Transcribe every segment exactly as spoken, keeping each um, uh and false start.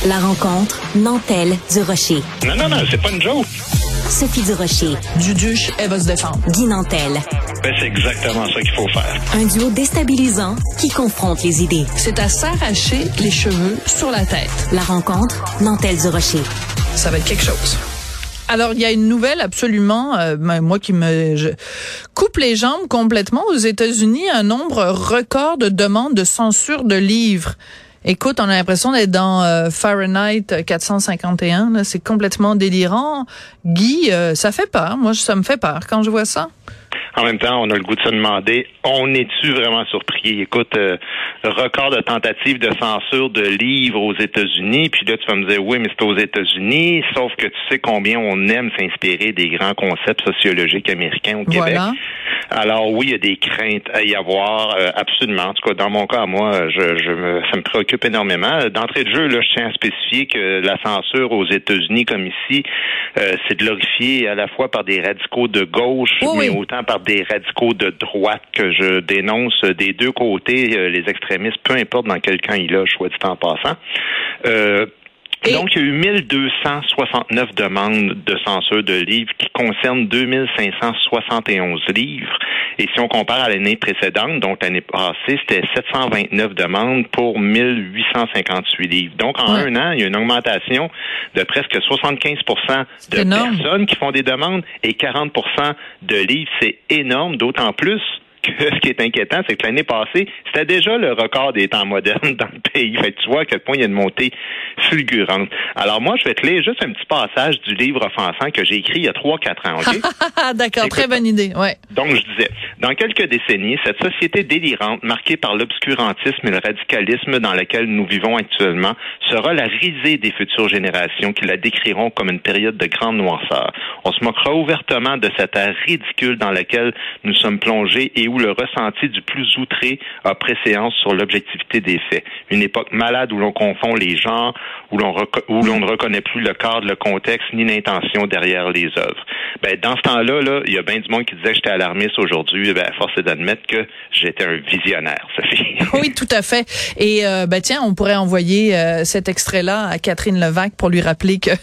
La rencontre, Nantel Durocher. Non, non, non, c'est pas une joke. Sophie Durocher. Duduche, elle va se défendre. Guy Nantel. Ben, c'est exactement ça qu'il faut faire. Un duo déstabilisant qui confronte les idées. C'est à s'arracher les cheveux sur la tête. La rencontre, Nantel Durocher. Ça va être quelque chose. Alors, il y a une nouvelle absolument, euh, moi qui me je, coupe les jambes complètement. Aux États-Unis, un nombre record de demandes de censure de livres. Écoute, on a l'impression d'être dans euh, Fahrenheit quatre cent cinquante et un. Là, c'est complètement délirant. Guy, euh, ça fait peur. Moi, ça me fait peur quand je vois ça. En même temps, on a le goût de se demander, on est-tu vraiment surpris? Écoute, euh, record de tentatives de censure de livres aux États-Unis, puis là, tu vas me dire, oui, mais c'est aux États-Unis, sauf que tu sais combien on aime s'inspirer des grands concepts sociologiques américains au Québec. Voilà. Alors oui, il y a des craintes à y avoir, euh, absolument. En tout cas, dans mon cas, moi, je, je me, ça me préoccupe énormément. D'entrée de jeu, là, je tiens à spécifier que la censure aux États-Unis, comme ici, euh, c'est glorifié à la fois par des radicaux de gauche, oui, mais oui. autant par des radicaux de droite que je dénonce des deux côtés, euh, les extrémistes, peu importe dans quel camp il loge, soit dit en passant. Euh, Et... Donc, il y a eu mille deux cent soixante-neuf demandes de censure de livres qui concernent deux mille cinq cent soixante et onze livres. Et si on compare à l'année précédente, donc l'année passée, c'était sept cent vingt-neuf demandes pour mille huit cent cinquante-huit livres. Donc, en ouais. un an, il y a une augmentation de presque soixante-quinze pour cent de énorme. personnes qui font des demandes et quarante pour cent de livres. C'est énorme, d'autant plus que ce qui est inquiétant, c'est que l'année passée, c'était déjà le record des temps modernes dans le pays. Fait que tu vois à quel point il y a une montée fulgurante. Alors moi, je vais te lire juste un petit passage du livre offensant que j'ai écrit il y a trois quatre ans. Okay? D'accord, très bonne idée. Ouais. Donc, je disais, dans quelques décennies, cette société délirante, marquée par l'obscurantisme et le radicalisme dans laquelle nous vivons actuellement, sera la risée des futures générations qui la décriront comme une période de grande noirceur. On se moquera ouvertement de cette ère ridicule dans laquelle nous sommes plongés et où le ressenti du plus outré a préséance sur l'objectivité des faits. Une époque malade où l'on confond les genres, où l'on, reco- où l'on ne reconnaît plus le cadre, le contexte, ni l'intention derrière les œuvres. Ben, dans ce temps-là, là, il y a bien du monde qui disait que j'étais alarmiste aujourd'hui. Ben, force est d'admettre que j'étais un visionnaire, Sophie. Oui, tout à fait. Et euh, ben tiens, on pourrait envoyer euh, cet extrait-là à Catherine Levac pour lui rappeler que...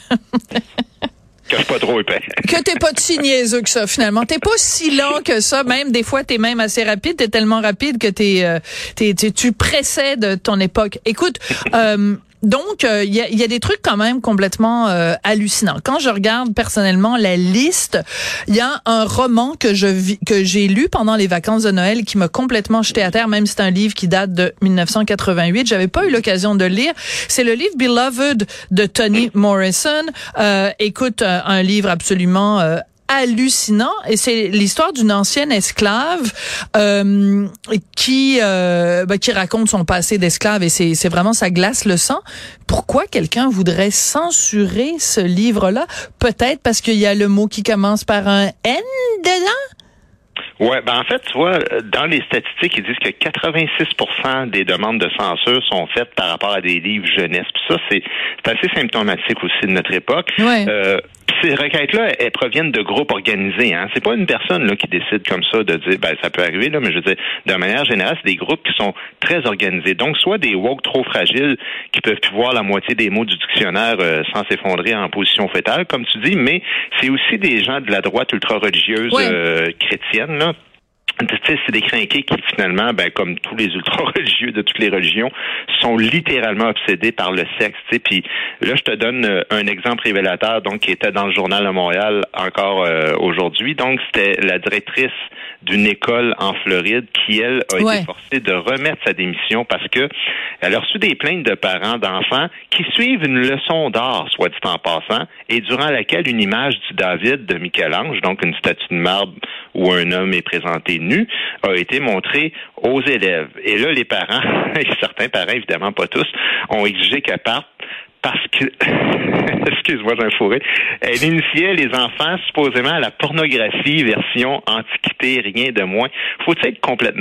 que je suis pas trop épais. Que t'es pas si niaiseux que ça, finalement. T'es pas si lent que ça. Même des fois, t'es même assez rapide. T'es tellement rapide que t'es, euh, t'es, t'es tu précèdes ton époque. Écoute, euh, donc, il euh, y, a, y a des trucs quand même complètement euh, hallucinants. Quand je regarde personnellement la liste, il y a un roman que je vis, que j'ai lu pendant les vacances de Noël qui m'a complètement jeté à terre, même si c'est un livre qui date de dix-neuf cent quatre-vingt-huit. J'avais pas eu l'occasion de le lire. C'est le livre Beloved de Toni Morrison. Euh, écoute, un, un livre absolument euh, hallucinant, et c'est l'histoire d'une ancienne esclave euh, qui euh, ben, qui raconte son passé d'esclave, et c'est c'est vraiment, ça glace le sang. Pourquoi quelqu'un voudrait censurer ce livre-là? Peut-être parce qu'il y a le mot qui commence par un N dedans? Ouais, ben en fait, tu vois, dans les statistiques, ils disent que quatre-vingt-six pour cent des demandes de censure sont faites par rapport à des livres jeunesse. Puis ça, c'est, c'est assez symptomatique aussi de notre époque. Ouais. Euh, ces requêtes-là, elles proviennent de groupes organisés. Hein. C'est pas une personne là qui décide comme ça de dire, ben ça peut arriver là, mais je veux dire, de manière générale, c'est des groupes qui sont très organisés. Donc, soit des woke trop fragiles qui peuvent plus voir la moitié des mots du dictionnaire euh, sans s'effondrer en position fétale, comme tu dis, mais c'est aussi des gens de la droite ultra-religieuse ouais. euh, chrétienne, là. Tu sais, c'est des crinqués qui, finalement, ben, comme tous les ultra-religieux de toutes les religions, sont littéralement obsédés par le sexe, tu sais. Puis là, je te donne euh, un exemple révélateur, donc, qui était dans le Journal de Montréal encore euh, aujourd'hui. Donc, c'était la directrice d'une école en Floride qui, elle, a ouais. été forcée de remettre sa démission parce que elle a reçu des plaintes de parents d'enfants qui suivent une leçon d'art, soit dit en passant, et durant laquelle une image du David de Michel-Ange, donc une statue de marbre où un homme est présenté nu, a été montrée aux élèves. Et là, les parents, et certains parents, évidemment pas tous, ont exigé qu'elle parte parce que, excuse-moi, j'ai un fourré, elle initiait les enfants supposément à la pornographie version antiquité, rien de moins. Faut-il être complètement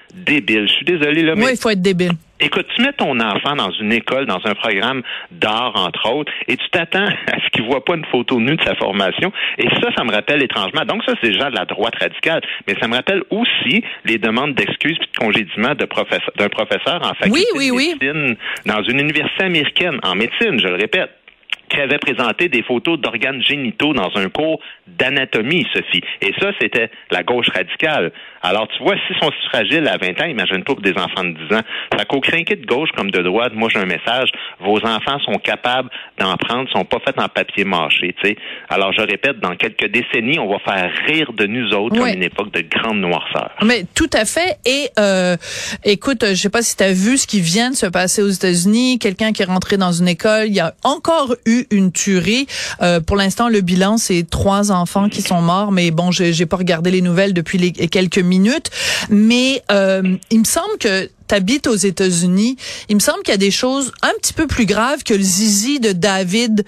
débile. Je suis désolé, là, mais... Oui, il faut être débile. Écoute, tu mets ton enfant dans une école, dans un programme d'art, entre autres, et tu t'attends à ce qu'il voit pas une photo nue de sa formation. Et ça, ça me rappelle étrangement. Donc ça, c'est déjà de la droite radicale. Mais ça me rappelle aussi les demandes d'excuses puis de congédiement de professeur, d'un professeur en faculté oui, oui, de médecine oui. dans une université américaine, en médecine, je le répète, qui avait présenté des photos d'organes génitaux dans un cours d'anatomie, Sophie. Et ça, c'était la gauche radicale. Alors, tu vois, s'ils sont si fragiles à vingt ans, imagine pas pour des enfants de dix ans. Fait qu'au crinqué de gauche comme de droite, moi, j'ai un message. Vos enfants sont capables d'en prendre, sont pas faits en papier mâché, tu sais. Alors, je répète, dans quelques décennies, on va faire rire de nous autres oui. comme une époque de grande noirceur. Mais tout à fait. Et, euh, écoute, je sais pas si tu as vu ce qui vient de se passer aux États-Unis. Quelqu'un qui est rentré dans une école, il y a encore eu une tuerie. Euh, pour l'instant, le bilan, c'est trois enfants qui sont morts, mais bon, j'ai, j'ai pas regardé les nouvelles depuis les, quelques minutes. Mais euh, il me semble que t'habites aux États-Unis. Il me semble qu'il y a des choses un petit peu plus graves que le zizi de David.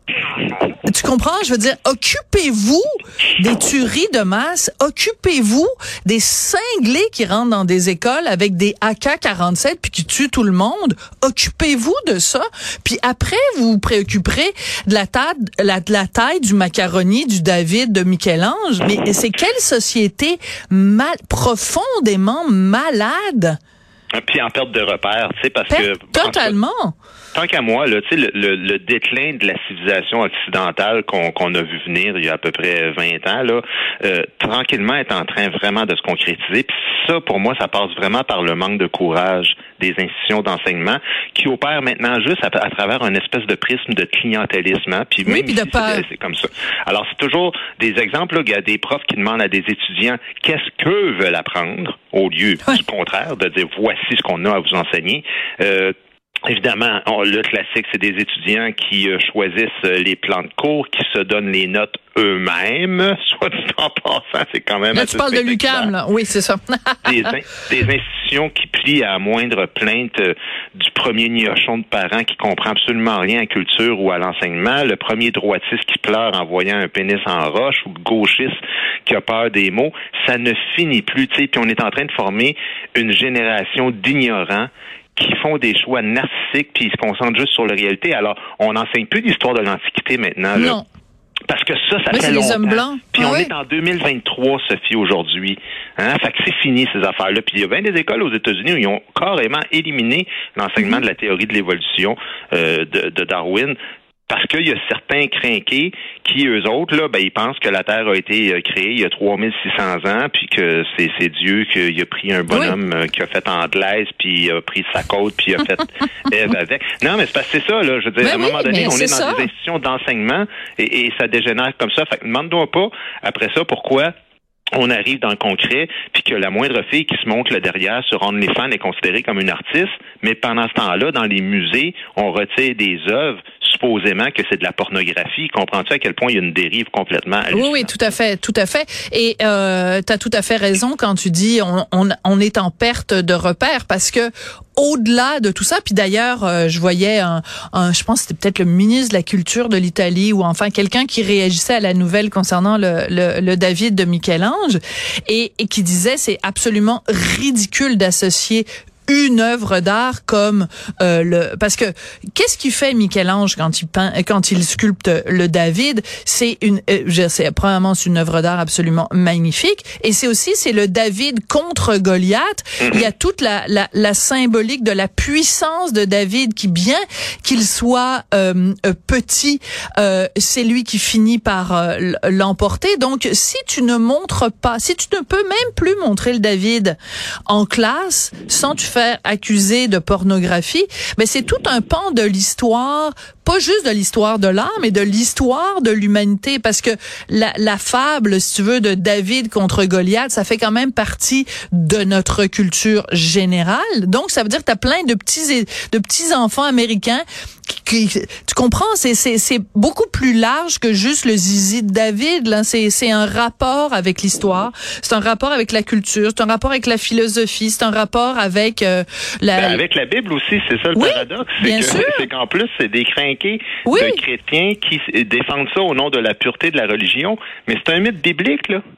Tu comprends? Je veux dire, occupez-vous des tueries de masse, occupez-vous des cinglés qui rentrent dans des écoles avec des A K quarante-sept puis qui tuent tout le monde. Occupez-vous de ça. Puis après, vous vous préoccuperez de la taille, la, de la taille du macaroni du David de Michel-Ange. Mais c'est quelle société mal, profondément malade? Puis en perte de repères, tu sais, parce Perte que... Totalement! Tant qu'à moi, là, tu sais, le, le, le déclin de la civilisation occidentale qu'on, qu'on a vu venir il y a à peu près vingt ans, là, euh, tranquillement est en train vraiment de se concrétiser. Puis ça, pour moi, ça passe vraiment par le manque de courage des institutions d'enseignement qui opèrent maintenant juste à, à travers une espèce de prisme de clientélisme. Hein, puis oui, même puis de si peur. c'est, c'est comme ça. Alors, c'est toujours des exemples, là, il y a des profs qui demandent à des étudiants qu'est-ce qu'eux veulent apprendre au lieu ouais. du contraire, de dire voici ce qu'on a à vous enseigner. Euh, Évidemment, on, le classique, c'est des étudiants qui euh, choisissent euh, les plans de cours, qui se donnent les notes eux-mêmes, soit dit en passant, c'est quand même là, assez tu parles de l'U Q A M, là. Oui, c'est ça. des, in, des institutions qui plient à la moindre plainte euh, du premier niochon de parents qui comprend absolument rien à la culture ou à l'enseignement, le premier droitiste qui pleure en voyant un pénis en roche ou le gauchiste qui a peur des mots, ça ne finit plus, tu sais, puis on est en train de former une génération d'ignorants qui font des choix narcissiques puis ils se concentrent juste sur la réalité. Alors, on n'enseigne plus l'histoire de l'Antiquité maintenant. Là. Non. Parce que ça, ça mais fait c'est longtemps. les hommes blancs. Puis ah on oui. est en deux mille vingt-trois, Sophie, aujourd'hui. Hein? Fait que c'est fini, ces affaires-là. Puis il y a bien des écoles aux États-Unis où ils ont carrément éliminé l'enseignement mm-hmm. de la théorie de l'évolution euh, de, de Darwin. Parce qu'il y a certains crinqués qui, eux autres, là, ben, ils pensent que la Terre a été euh, créée il y a trois mille six cents ans, puis que c'est, c'est Dieu qui a pris un bonhomme oui. euh, qui a fait Anglaise, puis il a pris sa côte, puis il a fait Ève avec. Non, mais c'est parce que c'est ça, là. Je veux dire, mais à un oui, moment donné, on est dans ça. des institutions d'enseignement et, et ça dégénère comme ça. Fait que demande-toi pas, après ça, pourquoi on arrive dans le concret, puis que la moindre fille qui se montre là derrière sur OnlyFans est considérée comme une artiste, mais pendant ce temps-là, dans les musées, on retire des œuvres supposément que c'est de la pornographie. Comprends-tu à quel point il y a une dérive complètement hallucinante? Oui, oui, tout à fait, tout à fait. Et euh, tu as tout à fait raison quand tu dis on, on, on est en perte de repères parce que au-delà de tout ça, puis d'ailleurs, euh, je voyais un, un, je pense que c'était peut-être le ministre de la Culture de l'Italie ou enfin quelqu'un qui réagissait à la nouvelle concernant le, le, le David de Michel-Ange et, et qui disait c'est absolument ridicule d'associer une œuvre d'art comme euh, le parce que qu'est-ce qu'il fait Michel-Ange quand il peint quand il sculpte le David, c'est une euh, je sais premièrement c'est une œuvre d'art absolument magnifique et c'est aussi c'est le David contre Goliath. Mm-hmm. Il y a toute la, la la symbolique de la puissance de David qui bien qu'il soit euh, petit, euh, c'est lui qui finit par euh, l'emporter. Donc si tu ne montres pas, si tu ne peux même plus montrer le David en classe sans tu faire accusé de pornographie, mais c'est tout un pan de l'histoire, pas juste de l'histoire de l'art, mais de l'histoire de l'humanité, parce que la, la fable, si tu veux, de David contre Goliath, ça fait quand même partie de notre culture générale. Donc, ça veut dire que t'as plein de petits de petits enfants américains qui, qui tu comprends, c'est c'est c'est beaucoup plus large que juste le zizi de David. Là, c'est c'est un rapport avec l'histoire, c'est un rapport avec la culture, c'est un rapport avec la philosophie, c'est un rapport avec euh, la ben, avec la Bible aussi, c'est ça le oui, paradoxe, c'est bien que sûr. c'est qu'en plus c'est des crinqués oui. de chrétiens qui défendent ça au nom de la pureté de la religion, mais c'est un mythe biblique là.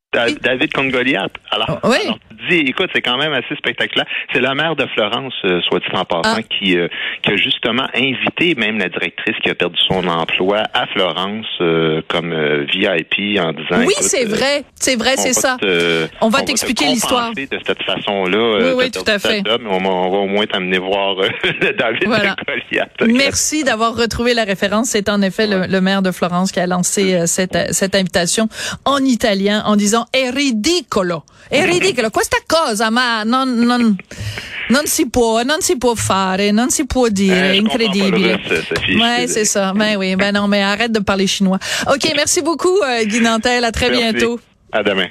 David contre Goliath. Alors, oui. alors tu dis, écoute, c'est quand même assez spectaculaire. C'est le maire de Florence, euh, soit dit en passant, ah. qui, euh, qui a justement invité même la directrice qui a perdu son emploi à Florence euh, comme euh, V I P en disant... Oui, c'est euh, vrai, c'est vrai, c'est ça. Te, on va on t'expliquer va l'histoire. De cette façon-là. Euh, oui, oui, tout à fait. Job, mais on, on va au moins t'amener voir euh, David voilà. de Goliath. Merci d'avoir retrouvé la référence. C'est en effet ouais. le, le maire de Florence qui a lancé euh, cette, cette invitation en italien en disant « È ridicolo, è ridicolo, questa cosa, ma non, non, non si può, non si può fare, non si può dire, eh, incredibile. » Ouais, c'est ça. Ben oui, ben non, mais arrête de parler chinois. OK, merci beaucoup, euh, Guy Nantel. À très merci. bientôt. À demain.